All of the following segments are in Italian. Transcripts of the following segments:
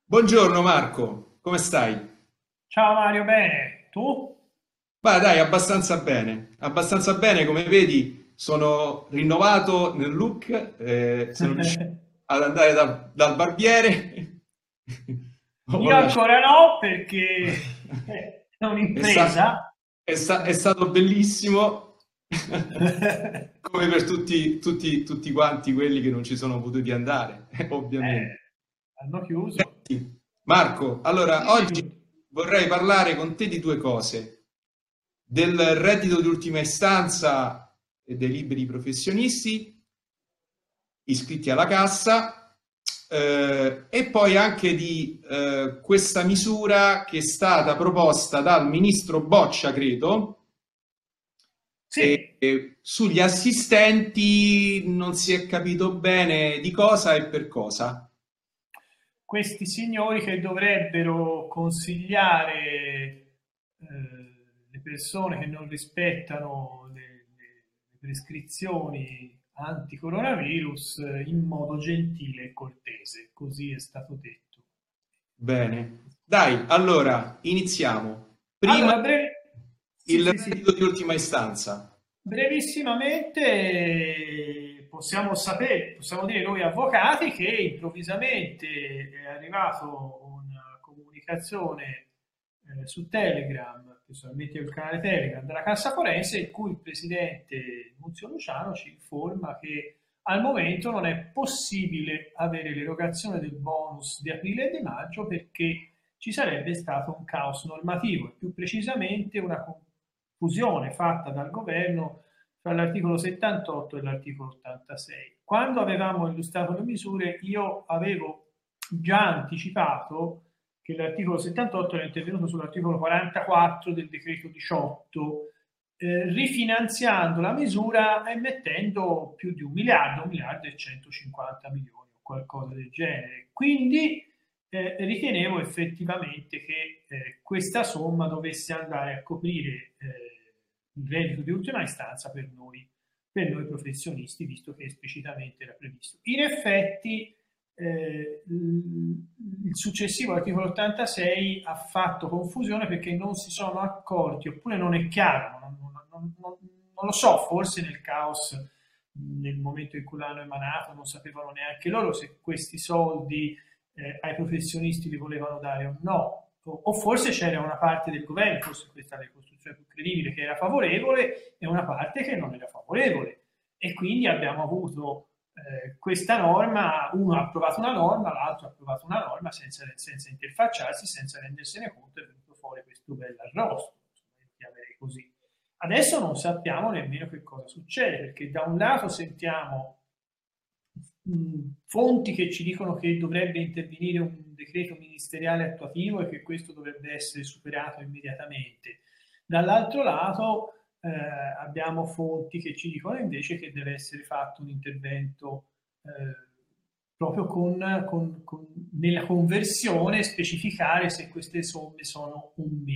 Buongiorno Marco, come stai? Ciao Mario, bene. Tu? Beh, dai, abbastanza bene, come vedi, sono rinnovato nel look, sono riuscito ad andare dal barbiere. Ho Io lasciato- ancora no perché è È, sta- un'impresa. è stato bellissimo, come per tutti quanti quelli che non ci sono potuti andare, ovviamente. Hanno chiuso. Marco, allora Dimmi oggi tutto. vorrei parlare con te di due cose: del reddito di ultima istanza e dei liberi professionisti iscritti alla cassa, e poi anche di questa misura che è stata proposta dal ministro Boccia, credo, Sì, e sugli assistenti non si è capito bene di cosa e per cosa. questi signori che dovrebbero consigliare le persone che non rispettano le prescrizioni anti-coronavirus in modo gentile e cortese, così è stato detto. Bene, dai, allora iniziamo. Prima Allora, sì, il sì, sì. reddito di ultima istanza. Brevissimamente possiamo dire noi avvocati che improvvisamente è arrivato una comunicazione su Telegram, personalmente il canale Telegram della Cassa Forense, in cui il presidente Nunzio Luciano ci informa che al momento non è possibile avere l'erogazione del bonus di aprile e di maggio perché ci sarebbe stato un caos normativo e più precisamente una confusione fatta dal governo tra l'articolo 78 e l'articolo 86. Quando avevamo illustrato le misure, io avevo già anticipato che l'articolo 78 era intervenuto sull'articolo 44 del decreto 18, rifinanziando la misura e mettendo più di 1 miliardo e 150 milioni o qualcosa del genere. Quindi ritenevo effettivamente che questa somma dovesse andare a coprire il reddito di ultima istanza per noi professionisti, visto che esplicitamente era previsto. In effetti, il successivo articolo 86 ha fatto confusione perché non si sono accorti, oppure non è chiaro, non lo so, forse nel caos, nel momento in cui l'hanno emanato, non sapevano neanche loro se questi soldi ai professionisti li volevano dare o no. O forse c'era una parte del governo, forse questa è la ricostruzione più credibile, che era favorevole e una parte che non era favorevole. E quindi abbiamo avuto questa norma, uno ha approvato una norma, l'altro ha approvato una norma senza interfacciarsi, senza rendersene conto, è venuto fuori questo bel arrosto, chiamerei così. Adesso non sappiamo nemmeno che cosa succede, perché da un lato sentiamo fonti che ci dicono che dovrebbe intervenire un decreto ministeriale attuativo e che questo dovrebbe essere superato immediatamente. Dall'altro lato abbiamo fonti che ci dicono invece che deve essere fatto un intervento proprio nella conversione, specificare se queste somme sono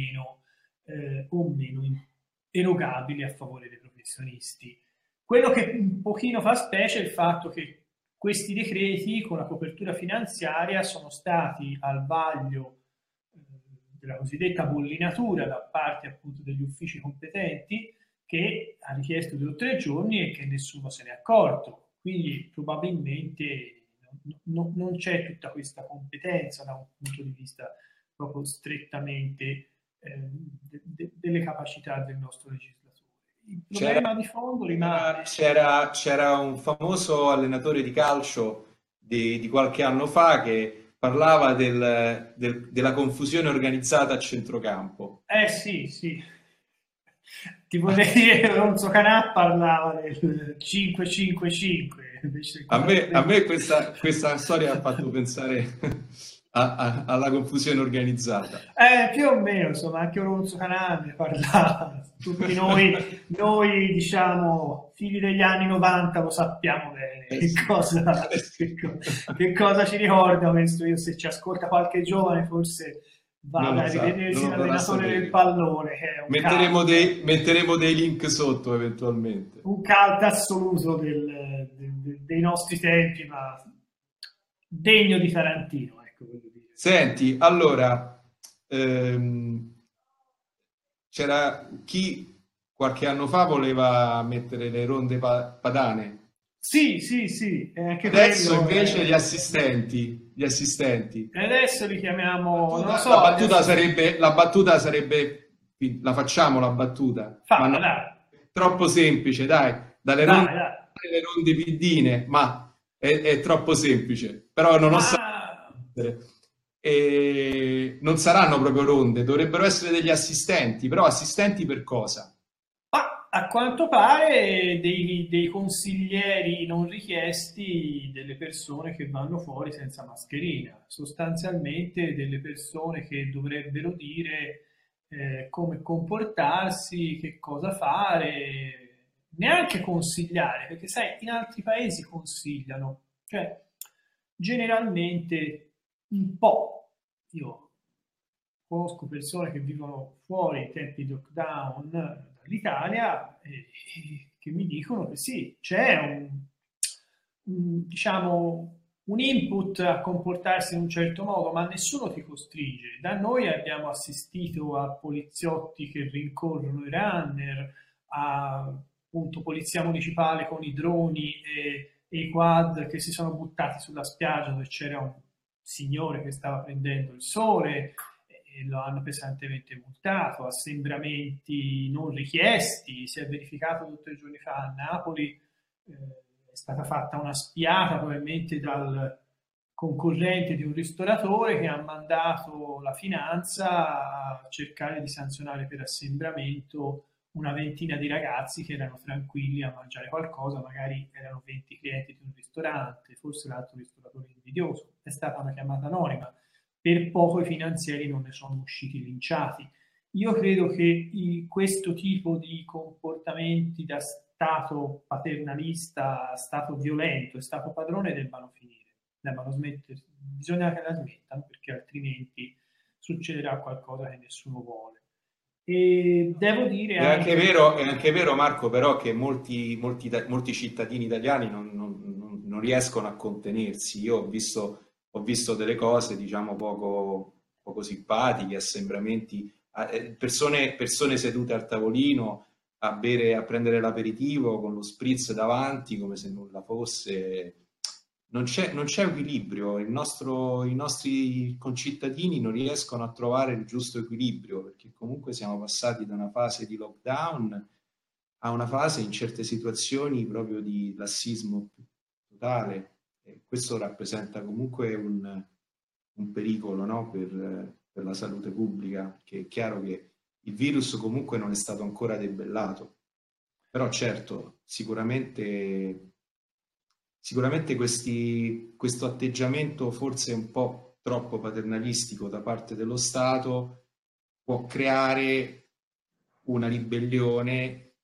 o meno erogabili a favore dei professionisti. Quello che un pochino fa specie è il fatto che questi decreti con la copertura finanziaria sono stati al vaglio della cosiddetta bollinatura da parte appunto degli uffici competenti che ha richiesto 2 o 3 giorni e che nessuno se n'è accorto. Quindi probabilmente non c'è tutta questa competenza da un punto di vista proprio strettamente delle capacità del nostro legislatore. Il C'era problema di fondo rimane. c'era un famoso allenatore di calcio di qualche anno fa che parlava della confusione organizzata a centrocampo. Eh sì, sì. Ti vorrei dire che Lorenzo Canà parlava del 5-5-5 invece del A 4-3. me questa storia ha fatto pensare alla confusione organizzata. Più o meno, insomma, anche Lorenzo Canà ne parlava. Tutti noi, diciamo, figli degli anni 90 lo sappiamo bene Eh sì. Eh sì. che cosa ci ricorda questo. Io, se ci ascolta qualche giovane, forse Non vada lo a sa, non rivedersi lo farà l'allenatore del sapere. pallone, che è Metteremo dei link sotto eventualmente. un cult assoluto dei nostri tempi, ma degno di Tarantino, ecco, voglio dire. Senti, allora, c'era chi qualche anno fa voleva mettere le ronde padane. Sì, sì, sì, anche Adesso quello invece è... gli assistenti. E adesso li chiamiamo, non lo Battuta- la so, gli battuta assistenti. sarebbe, la battuta sarebbe, la facciamo la battuta, ma Falla, no, dai, è troppo semplice, dai, dalle ronde dai, dai. alle ronde piddine, ma è troppo semplice, però non ho Ma saputo. E non saranno proprio ronde, dovrebbero essere degli assistenti, però assistenti per cosa? Ma a quanto pare dei consiglieri non richiesti delle persone che vanno fuori senza mascherina, sostanzialmente delle persone che dovrebbero dire come comportarsi, che cosa fare, neanche consigliare, perché sai, in altri paesi consigliano, cioè generalmente un po'. Io conosco persone che vivono fuori in tempi di lockdown dall'Italia che mi dicono che sì, c'è diciamo, un input a comportarsi in un certo modo, ma nessuno ti costringe. Da noi abbiamo assistito a poliziotti che rincorrono i runner, a appunto polizia municipale con i droni e i quad che si sono buttati sulla spiaggia dove c'era un signore che stava prendendo il sole e lo hanno pesantemente multato, assembramenti non richiesti, si è verificato 2 o 3 giorni fa a Napoli, è stata fatta una spiata probabilmente dal concorrente di un ristoratore che ha mandato la finanza a cercare di sanzionare per assembramento una ventina di ragazzi che erano tranquilli a mangiare qualcosa, magari erano 20 clienti di un ristorante, forse l'altro ristoratore invidioso, è stata una chiamata anonima, per poco i finanzieri non ne sono usciti linciati. Io credo che questo tipo di comportamenti da Stato paternalista, Stato violento e Stato padrone debbano finire, debbano smettere, bisogna che la smettano perché altrimenti succederà qualcosa che nessuno vuole. E devo dire anche, È anche vero, Marco, però che molti cittadini italiani non riescono a contenersi. Io ho visto delle cose, diciamo, poco simpatiche, assembramenti, persone sedute al tavolino a bere, a prendere l'aperitivo con lo spritz davanti come se nulla fosse. Non c'è equilibrio, i nostri concittadini non riescono a trovare il giusto equilibrio perché comunque siamo passati da una fase di lockdown a una fase in certe situazioni proprio di lassismo totale. E questo rappresenta comunque un pericolo, no? Per la salute pubblica, che è chiaro che il virus comunque non è stato ancora debellato, però certo, sicuramente questo atteggiamento forse un po' troppo paternalistico da parte dello Stato può creare una ribellione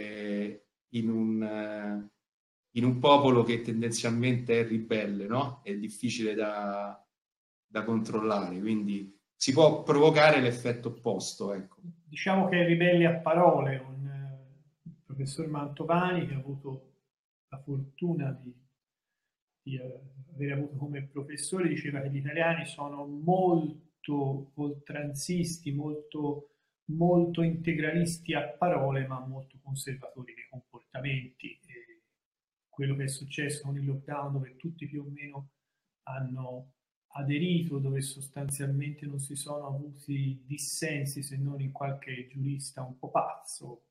in un popolo che tendenzialmente è ribelle, no? È difficile da controllare, quindi si può provocare l'effetto opposto, ecco. diciamo che è ribelli a parole, il professor Mantovani che ha avuto la fortuna di avere avuto come professore, diceva che gli italiani sono molto oltranzisti, molto integralisti a parole, ma molto conservatori nei comportamenti. E quello che è successo con il lockdown, dove tutti più o meno hanno aderito, dove sostanzialmente non si sono avuti dissensi se non in qualche giurista un po' pazzo,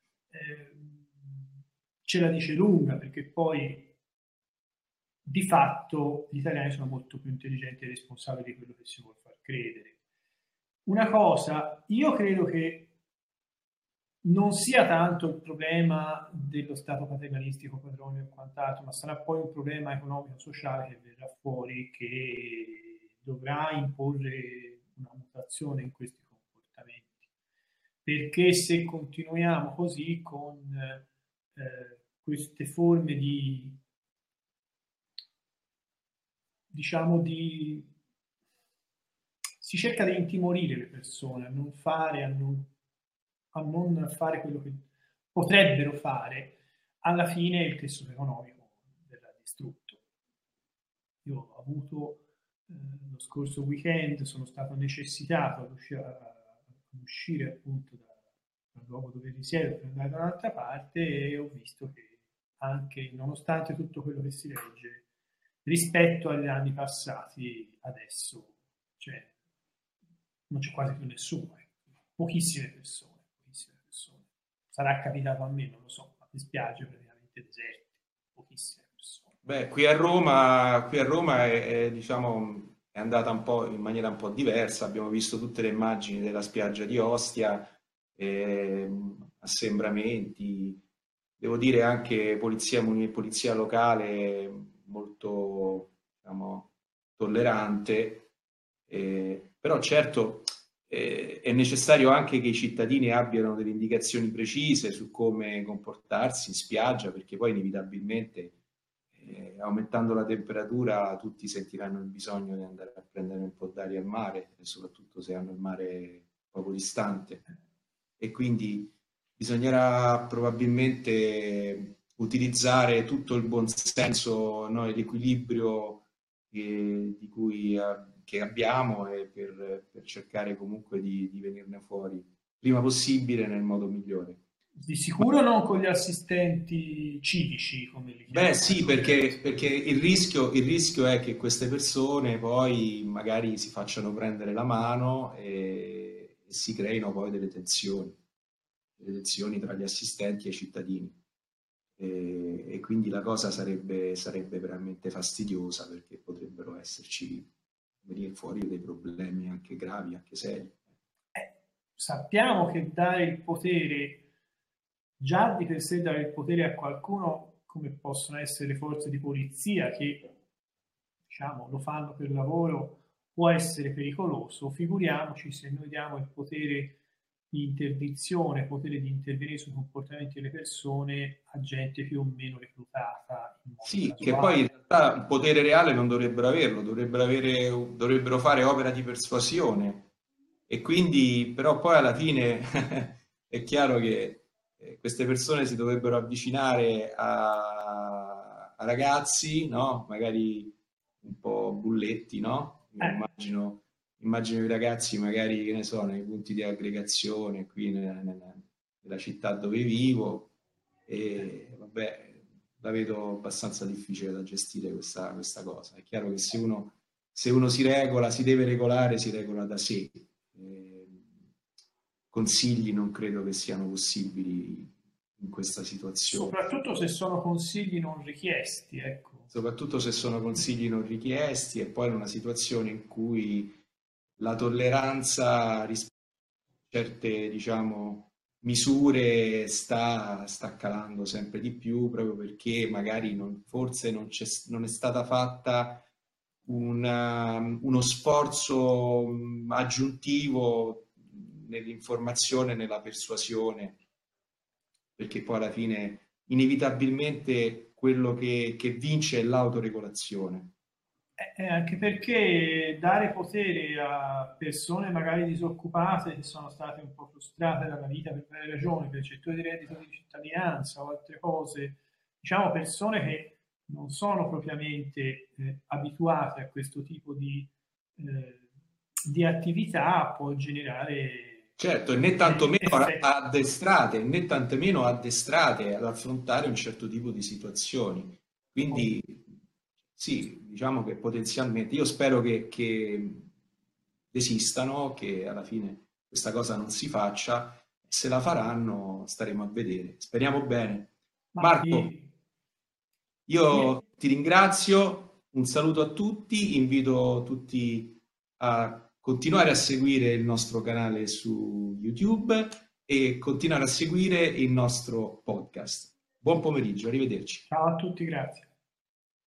ce la dice lunga perché poi di fatto gli italiani sono molto più intelligenti e responsabili di quello che si vuole far credere. Una cosa, io credo che non sia tanto il problema dello Stato paternalistico, padrone o quant'altro, ma sarà poi un problema economico-sociale che verrà fuori, che dovrà imporre una mutazione in questi comportamenti. Perché se continuiamo così con queste forme di, diciamo, si cerca di intimorire le persone a non fare quello che potrebbero fare, alla fine il tessuto economico verrà distrutto. Io ho avuto lo scorso weekend sono stato necessitato ad uscire appunto dal luogo dove risiedo per andare da un'altra parte e ho visto che anche nonostante tutto quello che si legge, rispetto agli anni passati, adesso cioè, non c'è quasi più nessuno, pochissime persone, pochissime persone. Sarà capitato a me, non lo so, ma le spiagge praticamente deserte, pochissime persone. Beh, qui a Roma diciamo, è andata un po' in maniera un po' diversa. Abbiamo visto tutte le immagini della spiaggia di Ostia, assembramenti, devo dire anche polizia locale molto, diciamo, tollerante. Però certo è necessario anche che i cittadini abbiano delle indicazioni precise su come comportarsi in spiaggia, perché poi inevitabilmente aumentando la temperatura tutti sentiranno il bisogno di andare a prendere un po' d'aria al mare, e soprattutto se hanno il mare poco distante. E quindi bisognerà probabilmente utilizzare tutto il buonsenso, no, e l'equilibrio che abbiamo e per cercare comunque di venirne fuori prima possibile nel modo migliore. Di sicuro non con gli assistenti civici, come li Beh, chiamano. sì, perché il rischio è che queste persone poi magari si facciano prendere la mano e si creino poi delle tensioni tra gli assistenti e i cittadini. E quindi la cosa sarebbe veramente fastidiosa perché potrebbero esserci venire fuori dei problemi anche gravi, anche seri. Sappiamo che dare il potere, già di per sé dare il potere a qualcuno, come possono essere le forze di polizia, che diciamo lo fanno per lavoro, può essere pericoloso. Figuriamoci se noi diamo il potere di interdizione, potere di intervenire sui comportamenti delle persone a gente più o meno reclutata in modo Sì, che casuale. poi in realtà un potere reale non dovrebbero averlo, dovrebbero fare opera di persuasione e quindi però poi alla fine è chiaro che queste persone si dovrebbero avvicinare a ragazzi, no? Magari un po' bulletti, no? Io Eh, immagino i ragazzi magari, che ne so, nei punti di aggregazione qui nella città dove vivo e vabbè, la vedo abbastanza difficile da gestire questa cosa. È chiaro che se uno si regola, si deve regolare, si regola da sé. Consigli non credo che siano possibili in questa situazione. soprattutto se sono consigli non richiesti, ecco. Soprattutto se sono consigli non richiesti e poi in una situazione in cui la tolleranza rispetto a certe, diciamo, misure sta calando sempre di più proprio perché magari forse non è stata fatta uno sforzo aggiuntivo nell'informazione, nella persuasione, perché poi alla fine inevitabilmente quello che vince è l'autoregolazione. Anche perché dare potere a persone magari disoccupate che sono state un po' frustrate dalla vita per varie ragioni, per certore di reddito di cittadinanza o altre cose, diciamo persone che non sono propriamente abituate a questo tipo di attività, può generare Certo, e né tantomeno effetti. addestrate, né tantomeno addestrate ad affrontare un certo tipo di situazioni. Quindi sì, diciamo che potenzialmente io spero che desistano, che alla fine questa cosa non si faccia. Se la faranno staremo a vedere. Speriamo bene. Ma Marco, io- io ti ringrazio, un saluto a tutti, invito tutti a continuare a seguire il nostro canale su YouTube e continuare a seguire il nostro podcast. Buon pomeriggio, arrivederci. ciao a tutti, grazie.